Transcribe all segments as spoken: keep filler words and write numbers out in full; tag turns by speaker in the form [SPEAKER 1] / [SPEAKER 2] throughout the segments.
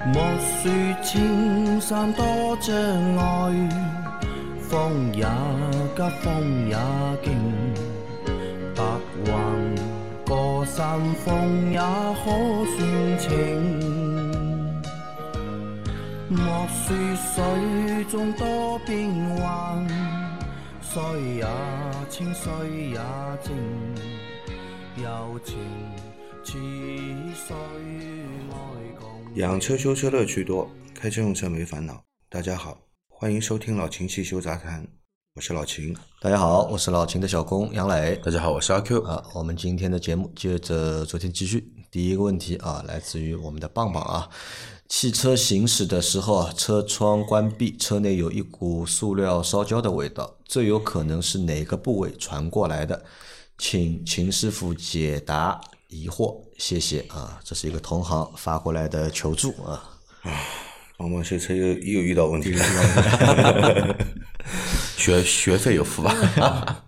[SPEAKER 1] 莫说青山多障碍，风也急风也劲，白云过山峰也可算情。莫说水中多变幻，水也清水也静，柔情似水爱共。
[SPEAKER 2] 养车修车乐趣多，开车用车没烦恼。大家好，欢迎收听老秦汽修杂谈，我是老秦。
[SPEAKER 3] 大家好，我是老秦的小工杨磊。
[SPEAKER 4] 大家好，我是阿 Q
[SPEAKER 3] 啊。我们今天的节目接着昨天继续。第一个问题啊，来自于我们的棒棒啊。汽车行驶的时候啊，车窗关闭，车内有一股塑料烧焦的味道，这有可能是哪个部位传过来的？请秦师傅解答疑惑，谢谢啊。这是一个同行发过来的求助啊。
[SPEAKER 2] 棒棒修车又又遇到问题了，
[SPEAKER 4] 学学费有付吧？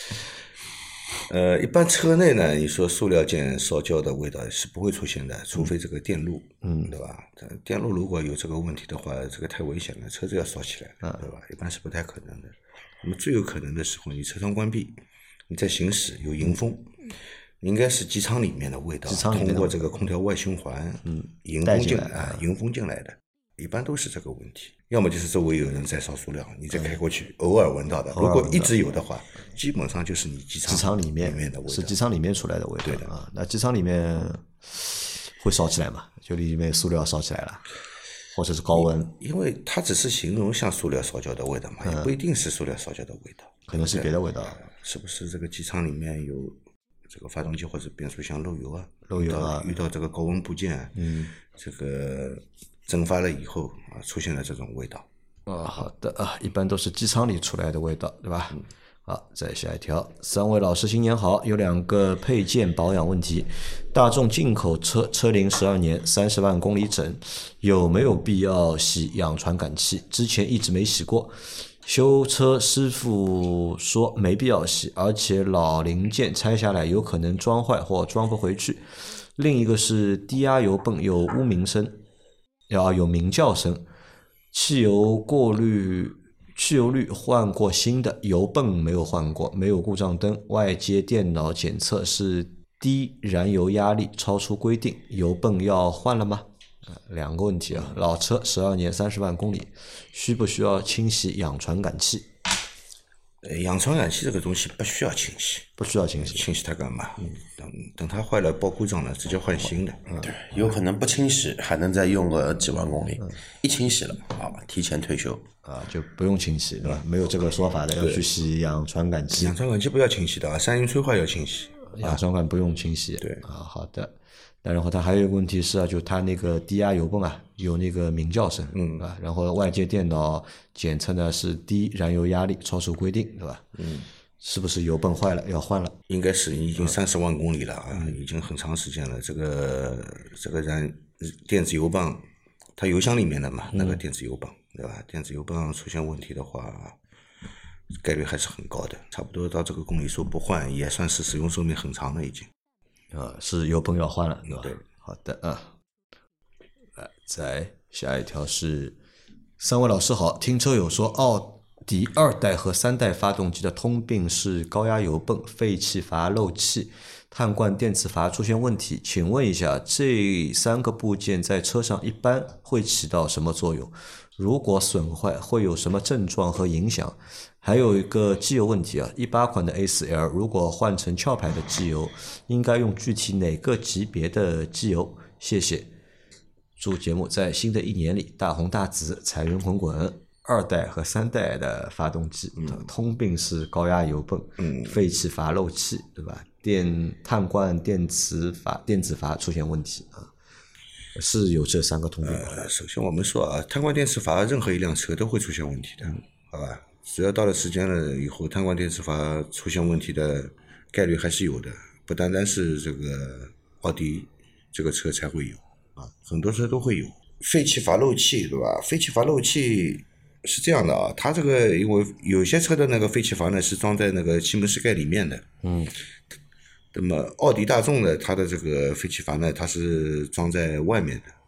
[SPEAKER 2] 呃，一般车内呢，你说塑料件烧焦的味道是不会出现的，除非这个电路，嗯，对吧？电路如果有这个问题的话，这个太危险了，车子要烧起来，嗯、对吧？一般是不太可能的。那么最有可能的时候，你车窗关闭，你在行驶有迎风，应该是机舱里面的味道，通过这个空调外循环，嗯，迎风进来啊，迎风进来的。一般都是这个问题，要么就是周围有人在烧塑料，你再开过去，嗯、偶尔闻到的。如果一直有的话，基本上就是你机舱
[SPEAKER 3] 机舱里面
[SPEAKER 2] 里面的味道，
[SPEAKER 3] 是机舱里面出来的味道。
[SPEAKER 2] 对的
[SPEAKER 3] 啊，那机舱里面会烧起来吗？就里面塑料烧起来了，或者是高温？
[SPEAKER 2] 因为它只是形容像塑料烧焦的味道嘛，嗯、也不一定是塑料烧焦的味道，
[SPEAKER 3] 可能是别的味道。
[SPEAKER 2] 是不是这个机舱里面有这个发动机或者变速箱漏油啊？
[SPEAKER 3] 漏油啊！
[SPEAKER 2] 遇到, 遇到这个高温部件，嗯，这个。蒸发了以后啊，出现了这种味道。
[SPEAKER 3] 啊，好的啊，一般都是机舱里出来的味道，对吧？嗯、好，再下一条，三位老师新年好，有两个配件保养问题。大众进口车车龄十二年，三十万公里整，有没有必要洗氧传感器？之前一直没洗过。修车师傅说没必要洗，而且老零件拆下来有可能装坏或装不回去。另一个是低压油泵有呜鸣声。要有鸣叫声，汽油过滤汽油滤换过新的，油泵没有换过，没有故障灯，外接电脑检测是低燃油压力超出规定，油泵要换了吗？两个问题啊，老车十二年三十万公里，需不需要清洗氧传感器？
[SPEAKER 2] 呃，氧传感器这个东西不需要清洗，
[SPEAKER 3] 不需要清洗，
[SPEAKER 2] 清洗它干嘛？嗯、等等它坏了报故障了，直接换新的。
[SPEAKER 4] 嗯、对，有可能不清洗还能再用个几万公里，嗯、一清洗了，好，提前退休
[SPEAKER 3] 啊，就不用清洗，对吧？没有这个说法的，要去洗氧传感器。
[SPEAKER 2] 氧传感器不要清洗的啊，三元催化要清洗，
[SPEAKER 3] 氧传感不用清洗。
[SPEAKER 2] 对
[SPEAKER 3] 啊，好的。然后它还有一个问题是啊，就它那个低压油泵啊，有那个鸣叫声，嗯啊，然后外接电脑检测呢是低燃油压力超出规定，对吧？嗯，是不是油泵坏了要换了？
[SPEAKER 2] 应该是已经三十万公里了啊，嗯、已经很长时间了。这个这个燃电子油泵，它油箱里面的嘛，那个电子油泵，对吧？电子油泵出现问题的话，概率还是很高的。差不多到这个公里数不换，也算是使用寿命很长了已经。
[SPEAKER 3] 啊，是油泵要换了，对吧？
[SPEAKER 2] 对，
[SPEAKER 3] 好的啊。来，再下一条是，三位老师好，听车友说奥迪二代和三代发动机的通病是高压油泵、废气阀漏气、碳罐电磁阀出现问题，请问一下，这三个部件在车上一般会起到什么作用？如果损坏会有什么症状和影响？还有一个机油问题啊，一八款的 A 四 L 如果换成壳牌的机油，应该用具体哪个级别的机油？谢谢。祝节目在新的一年里大红大紫，财源滚滚。二代和三代的发动机，嗯、通病是高压油泵、嗯、废气阀漏气，对吧？电碳罐电磁阀、电子阀出现问题啊，是有这三个通病。
[SPEAKER 2] 呃，首先我们说啊，碳罐电磁阀任何一辆车都会出现问题的，嗯、好吧？只要到了时间了以后，碳罐电磁阀出现问题的概率还是有的，不单单是这个奥迪这个车才会有啊，很多车都会有。废气阀漏气，对吧？废气阀漏气是这样的啊，它这个因为有些车的那个废气阀呢是装在那个气门室盖里面的，嗯，那么奥迪大众的它的这个废气阀呢，它是装在外面的，对吧？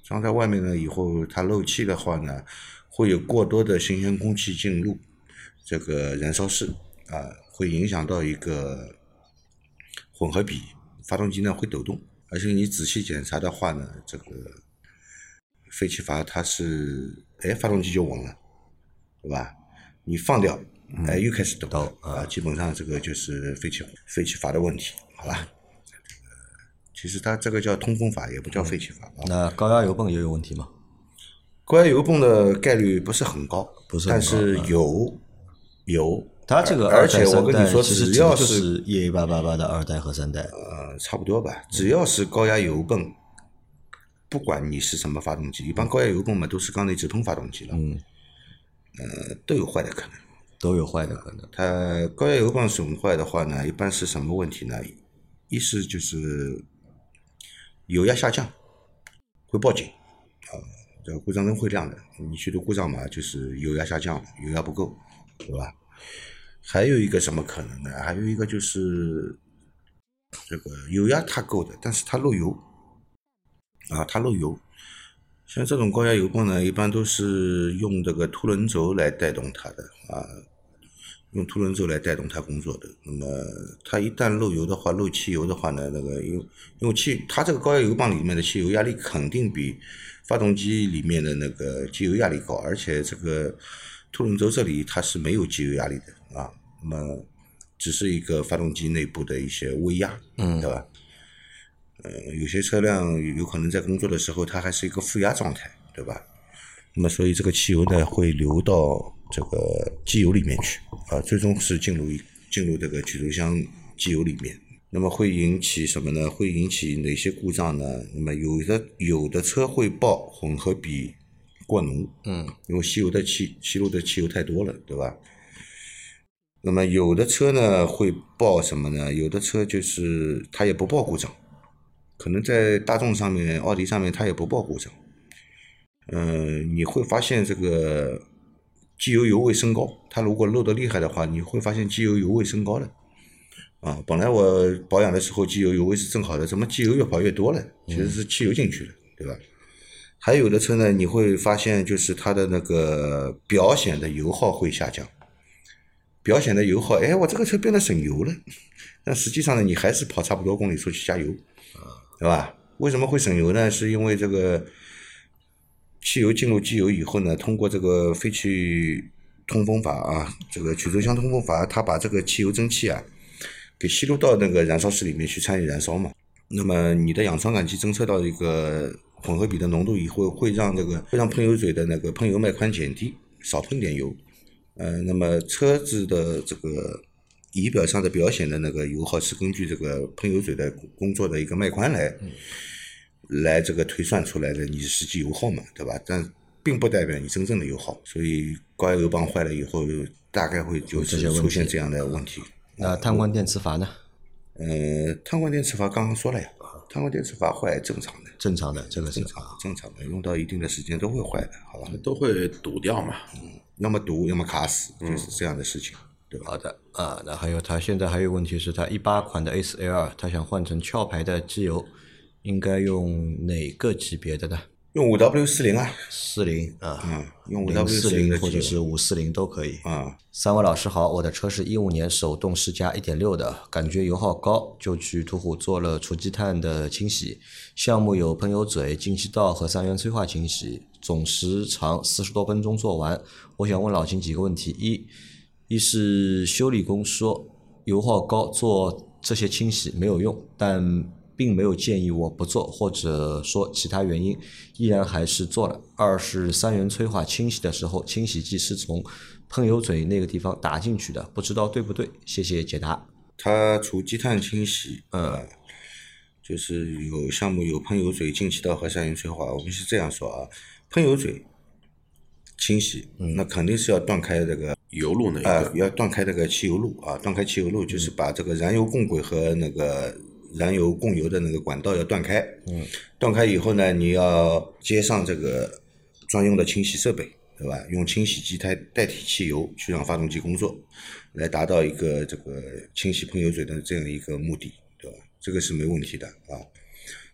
[SPEAKER 2] 装在外面呢以后，它漏气的话呢，会有过多的新鲜空气进入这个燃烧室啊，会影响到一个混合比，发动机呢会抖动，而且你仔细检查的话呢，这个废气阀它是，哎，发动机就稳了，对吧？你放掉，哎，又开始抖了、嗯、啊，基本上这个就是废气废气阀的问题，好吧？其实它这个叫通风阀，也不叫废气阀、
[SPEAKER 3] 嗯。那高压油泵也有问题吗？
[SPEAKER 2] 高压油泵的概率不是很高，
[SPEAKER 3] 不是很高，
[SPEAKER 2] 但是有、嗯、有。
[SPEAKER 3] 它这个
[SPEAKER 2] 而且我跟你说，只要
[SPEAKER 3] 是 E A 八八八的二代和三代，
[SPEAKER 2] 呃，差不多吧。只要是高压油泵，不管你是什么发动机，一般高压油泵嘛都是缸内直通发动机了，嗯，呃，都有坏的可能，
[SPEAKER 3] 都有坏的可能。
[SPEAKER 2] 它高压油泵损坏的话呢，一般是什么问题呢？一是就是油压下降，会报警啊，这个故障灯会亮的。你去读故障码就是油压下降，油压不够，对吧？还有一个什么可能呢？还有一个就是这个油压它够的，但是它漏油啊，它漏油。像这种高压油泵呢，一般都是用这个凸轮轴来带动它的啊，用凸轮轴来带动它工作的。那么它一旦漏油的话，漏汽油的话呢，那个因为因为汽它这个高压油泵里面的汽油压力肯定比发动机里面的那个机油压力高，而且这个凸轮轴这里它是没有机油压力的啊，那么只是一个发动机内部的一些微压，嗯，对吧？呃，有些车辆有可能在工作的时候它还是一个负压状态，对吧？那么所以这个汽油呢会流到这个机油里面去啊，最终是进入进入这个曲轴箱机油里面。那么会引起什么呢？会引起哪些故障呢？那么有的有的车会报混合比过浓，嗯，因为吸油的气吸入的汽油太多了，对吧？那么有的车呢会报什么呢？有的车就是它也不报故障，可能在大众上面、奥迪上面它也不报故障。嗯、呃，你会发现这个机油油位升高，它如果漏得厉害的话，你会发现机油油位升高了。啊，本来我保养的时候机油油位是正好的，怎么机油越跑越多了？其实是汽油进去了，对吧？还有的车呢，你会发现就是它的那个表显的油耗会下降，表显的油耗，哎，我这个车变得省油了，但实际上呢，你还是跑差不多公里数去加油，对吧？为什么会省油呢？是因为这个汽油进入机油以后呢，通过这个废气通风阀啊，这个曲轴箱通风阀，它把这个汽油蒸汽啊给吸入到那个燃烧室里面去参与燃烧嘛。那么你的氧传感器侦测到一个混合比的浓度以后，会让这个会让喷油嘴的那个喷油脉宽减低，少喷点油。呃，那么车子的这个仪表上的表显的那个油耗是根据这个喷油嘴的工作的一个脉宽来、嗯、来这个推算出来的你实际油耗嘛，对吧？但并不代表你真正的油耗，所以高压油泵坏了以后，大概会就是出现这样的问题。
[SPEAKER 3] 那碳罐电磁阀呢？
[SPEAKER 2] 呃，碳罐电磁阀刚刚说了呀，碳罐电磁阀坏正常的，
[SPEAKER 3] 正常的，这个是
[SPEAKER 2] 正常的，正常的，用到一定的时间都会坏的，好吧？
[SPEAKER 4] 都会堵掉嘛，
[SPEAKER 2] 嗯，要么堵，要么卡死，就是这样的事情，嗯、对吧？
[SPEAKER 3] 好的啊，那还有他现在还有问题是，他一八款的 A 四 L 他想换成壳牌的机油，应该用哪个级别的呢？
[SPEAKER 2] 用 五 W 四十 啊，
[SPEAKER 3] 四十啊，
[SPEAKER 2] 嗯，用 五 W 四十
[SPEAKER 3] 或者是五四零都可以
[SPEAKER 2] 啊。
[SPEAKER 3] 三位老师好，我的车是一五年手动试驾 一点六 的，感觉油耗高，就去途虎做了除积碳的清洗，项目有喷油嘴、进气道和三元催化清洗，总时长四十多分钟做完。我想问老秦几个问题：一，一是修理工说油耗高做这些清洗没有用，但并没有建议我不做，或者说其他原因，依然还是做了。二是三元催化清洗的时候，清洗剂是从喷油嘴那个地方打进去的，不知道对不对？谢谢解答。
[SPEAKER 2] 它除积碳清洗，呃，就是有项目有喷油嘴、进气道和三元催化。我们是这样说啊，喷油嘴清洗，嗯、那肯定是要断开这个
[SPEAKER 4] 油路那一个、
[SPEAKER 2] 呃，要断开这个汽油路啊，断开汽油路就是把这个燃油供轨和那个燃油供油的那个管道要断开，嗯，断开以后呢，你要接上这个专用的清洗设备，对吧？用清洗机代代替汽油去让发动机工作，来达到一个这个清洗喷油嘴的这样一个目的，对吧？这个是没问题的啊。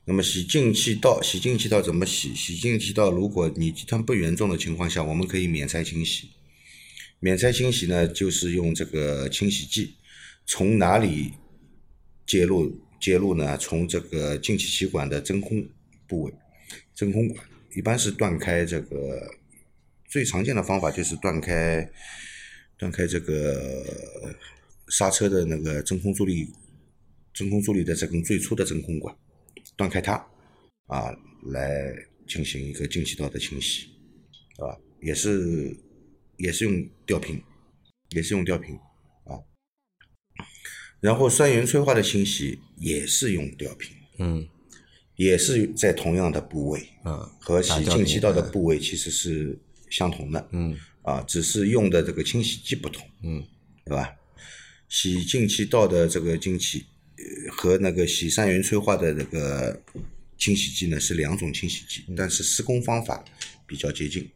[SPEAKER 2] 那么洗进气道，洗进气道怎么洗？洗进气道，如果你积碳不严重的情况下，我们可以免拆清洗。免拆清洗呢，就是用这个清洗剂，从哪里介入？介入呢？从这个进气气管的真空部位，真空管一般是断开这个，最常见的方法就是断开断开这个刹车的那个真空助力，真空助力的这根最粗的真空管。断开它啊，来进行一个进气道的清洗，啊，也是也是用吊瓶，也是用吊瓶啊。然后酸盐催化的清洗也是用吊瓶，
[SPEAKER 3] 嗯，
[SPEAKER 2] 也是在同样的部位，
[SPEAKER 3] 嗯，
[SPEAKER 2] 和洗进气道的部位其实是相同的，
[SPEAKER 3] 嗯，
[SPEAKER 2] 啊，只是用的这个清洗剂不同，
[SPEAKER 3] 嗯，
[SPEAKER 2] 对吧？洗进气道的这个进气。和那个洗三元催化的那个清洗剂呢是两种清洗剂，但是施工方法比较接近，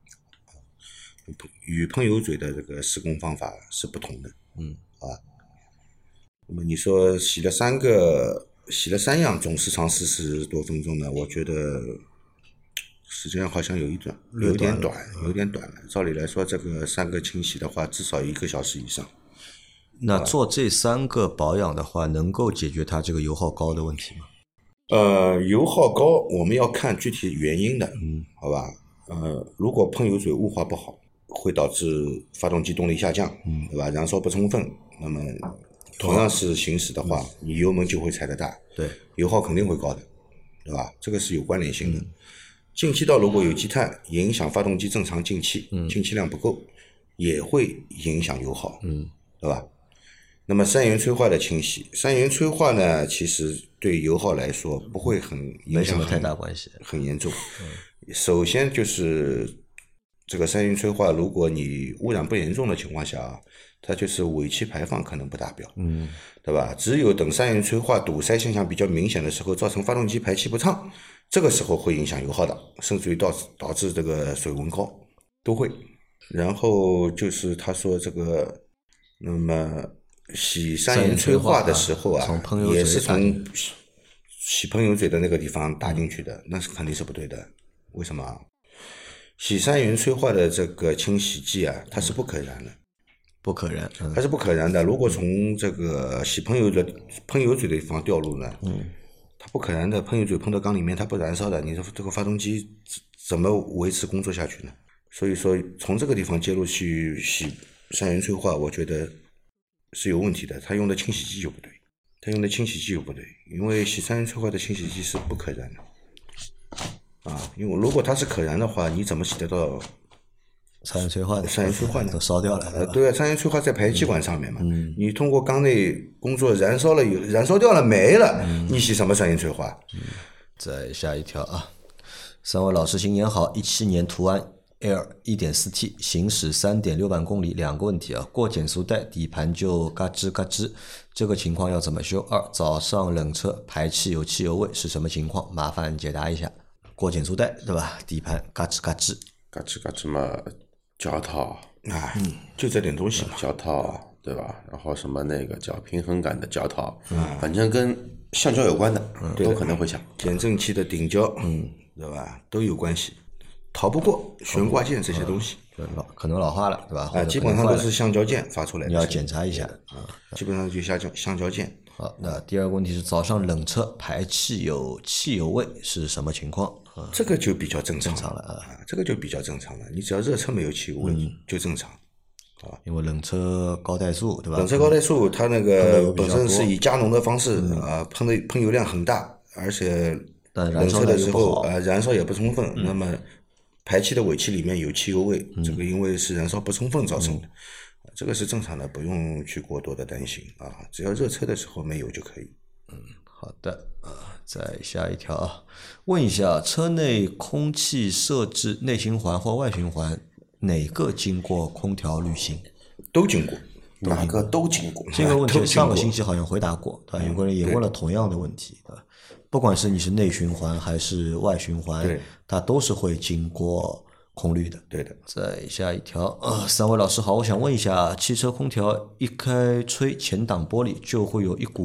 [SPEAKER 2] 与喷油嘴的这个施工方法是不同的。
[SPEAKER 3] 嗯，
[SPEAKER 2] 啊，那么你说洗了三个，洗了三样，总时长四十多分钟呢？我觉得时间好像有一短，有点短，有点短了。照理来说，这个三个清洗的话，至少一个小时以上。
[SPEAKER 3] 那做这三个保养的话，能够解决它这个油耗高的问题吗？
[SPEAKER 2] 呃，油耗高我们要看具体原因的，
[SPEAKER 3] 嗯，
[SPEAKER 2] 好吧？呃，如果喷油嘴雾化不好，会导致发动机动力下降，嗯，对吧？燃烧不充分，那么同样是行驶的话，你油门就会踩得大，
[SPEAKER 3] 对，
[SPEAKER 2] 油耗肯定会高的，对吧？这个是有关联性的。嗯、进气道如果有积碳，影响发动机正常进气，嗯，进气量不够，也会影响油耗，
[SPEAKER 3] 嗯，
[SPEAKER 2] 对吧？那么三元催化的清洗，三元催化呢，其实对油耗来说不会很影响，
[SPEAKER 3] 没什么太大关系，
[SPEAKER 2] 很严重。嗯、首先就是这个三元催化，如果你污染不严重的情况下啊，它就是尾气排放可能不达标，嗯，对吧？只有等三元催化堵塞现象比较明显的时候，造成发动机排气不畅，这个时候会影响油耗的，甚至于导致导致这个水温高都会。然后就是他说这个，那么。洗三元催化的时候啊，也是从洗喷油嘴的那个地方打进去的，那是肯定是不对的。为什么？洗三元催化的这个清洗剂啊，它是不可燃的，
[SPEAKER 3] 不可燃，嗯、
[SPEAKER 2] 它是不可燃的。如果从这个洗喷油的喷油嘴的地方掉入呢，嗯，它不可燃的，喷油嘴喷到缸里面，它不燃烧的，你说这个发动机怎么维持工作下去呢？所以说，从这个地方接入去洗三元催化，我觉得是有问题的，他用的清洗剂就不对，他用的清洗剂就不对，因为洗三元催化的清洗剂是不可燃的，啊，因为如果它是可燃的话，你怎么洗得到
[SPEAKER 3] 三元催化的？
[SPEAKER 2] 三元催化
[SPEAKER 3] 都烧掉了，
[SPEAKER 2] 呃，对啊，三元催化在排气管上面嘛，嗯、你通过缸内工作燃烧了，有燃烧掉了没了，嗯、你洗什么三元催化？
[SPEAKER 3] 嗯、再下一条啊，三位老师新年好，一七年途安。L 一点四 T 行驶 三点六万公里，两个问题啊，过减速带底盘就嘎吱嘎吱，这个情况要怎么修？二，早上冷车排气有汽油味是什么情况？麻烦解答一下。过减速带对吧？底盘嘎吱嘎吱，
[SPEAKER 4] 嘎吱嘎吱嘛，脚套
[SPEAKER 2] 啊，嗯，就这点东西嘛，
[SPEAKER 4] 脚套对吧？然后什么那个脚平衡感的脚套，嗯，反正跟橡胶有关的，嗯，都可能会响。
[SPEAKER 2] 减震器的顶胶，嗯，对吧？都有关系。逃不过悬挂件这些东西，
[SPEAKER 3] 嗯、老可能老化了，对吧？
[SPEAKER 2] 啊，基本上都是橡胶件发出来的，
[SPEAKER 3] 你要检查一下啊。
[SPEAKER 2] 基本上就橡胶橡胶件。
[SPEAKER 3] 好，那第二个问题是早上冷车排气有汽油味是什么情况？啊、
[SPEAKER 2] 这个就比较正常
[SPEAKER 3] 正常了啊，
[SPEAKER 2] 这个就比较正常了。你只要热车没有汽油味、嗯、就正常，啊，
[SPEAKER 3] 因为冷车高怠速，对吧？
[SPEAKER 2] 冷车高怠速它那个本身是以加浓的方式、嗯、啊，喷的喷油量很大，而且冷车的时候啊燃烧也不充分，嗯、那么。排气的尾气里面有汽油味，嗯、这个因为是燃烧不充分造成的，嗯、这个是正常的，不用去过多的担心啊，只要热车的时候没有就可以。
[SPEAKER 3] 嗯，好的啊，再下一条啊，问一下，车内空气设置内循环或外循环哪个经过空调滤芯？
[SPEAKER 2] 都经过，
[SPEAKER 4] 哪个都经过。
[SPEAKER 3] 这个问题上个星期好像回答过，对吧？有个人也问了同样的问题，对吧？不管是你是内循环还是外循环，它都是会经过空滤的。
[SPEAKER 2] 对的。
[SPEAKER 3] 再下一条，呃，三位老师好，我想问一下，汽车空调一开吹前挡玻璃就会有一股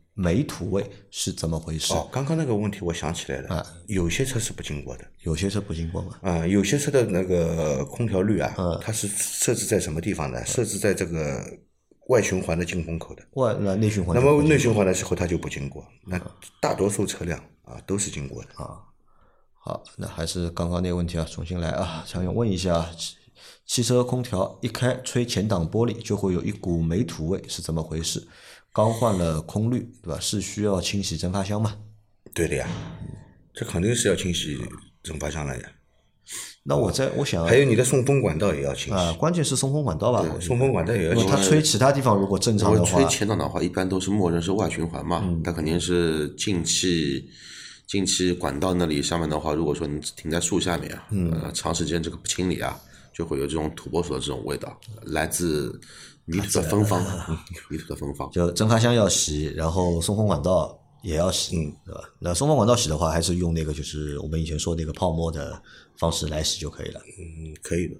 [SPEAKER 3] 霉土味是怎么回事？
[SPEAKER 2] 哦，刚刚那个问题我想起来了，
[SPEAKER 3] 啊，
[SPEAKER 2] 有些车是不经过的，
[SPEAKER 3] 有些车不经过吗？
[SPEAKER 2] 啊、有些车的那个空调滤啊，
[SPEAKER 3] 嗯
[SPEAKER 2] 它是设置在什么地方呢？设置在这个外循环的进风口的。
[SPEAKER 3] 外那内循环
[SPEAKER 2] 那
[SPEAKER 3] 就不经过，
[SPEAKER 2] 么内循环的时候它就不经过，那大多数车辆啊都是经过的。
[SPEAKER 3] 好，那还是刚刚那个问题啊，重新来啊，想要问一下，汽汽车空调一开吹前挡玻璃就会有一股霉土味，是怎么回事？刚换了空滤，对吧？是需要清洗蒸发箱吗？
[SPEAKER 2] 对的呀，这肯定是要清洗蒸发箱了呀。
[SPEAKER 3] 那我在我想
[SPEAKER 2] 还有你的送风管道也要清
[SPEAKER 3] 啊、
[SPEAKER 2] 洗，
[SPEAKER 3] 关键是送风管道吧，我觉得
[SPEAKER 2] 送风管道也要
[SPEAKER 3] 因为
[SPEAKER 2] 清洗。
[SPEAKER 3] 它吹其他地方如果正常的
[SPEAKER 4] 如果吹
[SPEAKER 3] 话，
[SPEAKER 4] 前挡的话，一般都是默认是外循环嘛，它肯定是进气进气管道那里上面的话，如果说你停在树下面啊，呃，长时间这个不清理啊，就会有这种土拨鼠的这种味道，来自泥土的芬芳，嗯泥土的芬芳。
[SPEAKER 3] 就蒸发箱要洗，然后送风管道也要洗，
[SPEAKER 2] 嗯
[SPEAKER 3] 对吧？那送风管道洗的话，还是用那个就是我们以前说那个泡沫的方式来洗就可以了。
[SPEAKER 2] 嗯，可以的。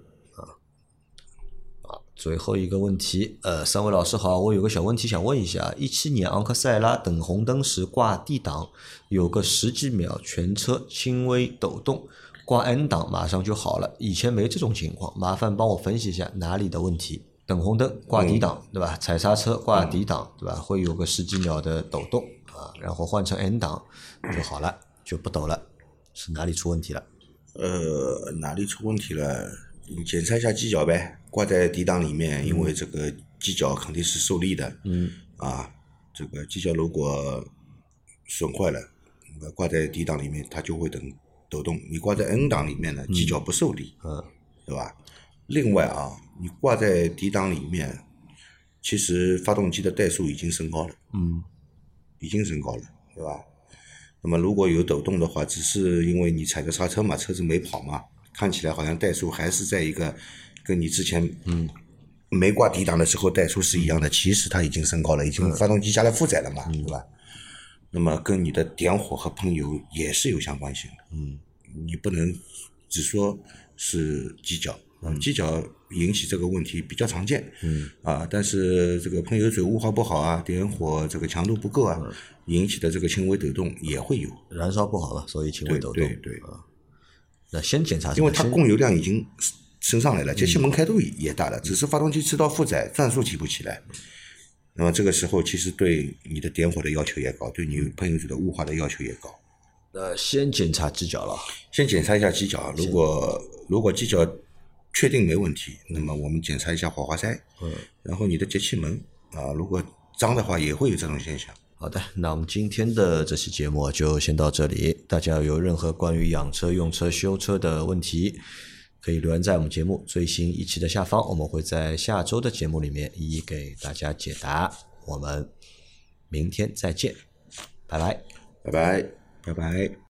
[SPEAKER 3] 最后一个问题，呃，三位老师好，我有个小问题想问一下：一七年昂克赛拉等红灯时挂 D 档，有个十几秒全车轻微抖动，挂 N 档马上就好了，以前没这种情况，麻烦帮我分析一下哪里的问题？等红灯挂 D 档，对吧？踩刹车挂 D 档，对吧？会有个十几秒的抖动啊，然后换成 N 档就好了，就不抖了，是哪里出问题了？
[SPEAKER 2] 呃，哪里出问题了？你检查一下机脚呗，挂在D档里面，因为这个机脚肯定是受力的。
[SPEAKER 3] 嗯，
[SPEAKER 2] 啊，这个机脚如果损坏了，那么挂在D档里面，它就会等抖动。你挂在 N 档里面呢，机脚不受力，
[SPEAKER 3] 嗯，
[SPEAKER 2] 对吧？另外啊，你挂在D档里面，其实发动机的怠速已经升高了，
[SPEAKER 3] 嗯，
[SPEAKER 2] 已经升高了，对吧？那么如果有抖动的话，只是因为你踩着刹车嘛，车子没跑嘛，看起来好像怠速还是在一个跟你之前嗯没挂D档的时候怠速是一样的，其实它已经升高了，已经发动机加了负载了嘛，对吧？那么跟你的点火和喷油也是有相关性的，
[SPEAKER 3] 嗯，
[SPEAKER 2] 你不能只说是机脚，嗯，机脚引起这个问题比较常见，
[SPEAKER 3] 嗯，
[SPEAKER 2] 啊，但是这个喷油嘴雾化不好啊，点火这个强度不够啊，引起的这个轻微抖动也会有，
[SPEAKER 3] 燃烧不好嘛，所以轻微抖动。
[SPEAKER 2] 对对对
[SPEAKER 3] 啊，那先检查什么，
[SPEAKER 2] 因为它
[SPEAKER 3] 先
[SPEAKER 2] 供油量已经升上来了，节气门开度也大了，只是发动机吃到负载，转速提不起来。那么这个时候，其实对你的点火的要求也高，对你喷油嘴的雾化的要求也高。
[SPEAKER 3] 呃，先检查机脚了。
[SPEAKER 2] 先检查一下机脚，如果如果机脚确定没问题，那么我们检查一下火花塞，
[SPEAKER 3] 嗯，
[SPEAKER 2] 然后你的节气门啊，如果脏的话，也会有这种现象。
[SPEAKER 3] 好的，那我们今天的这期节目就先到这里。大家有任何关于养车、用车、修车的问题，可以留言在我们节目最新一期的下方，我们会在下周的节目里面一一给大家解答。我们明天再见，拜拜，
[SPEAKER 2] 拜拜，拜拜。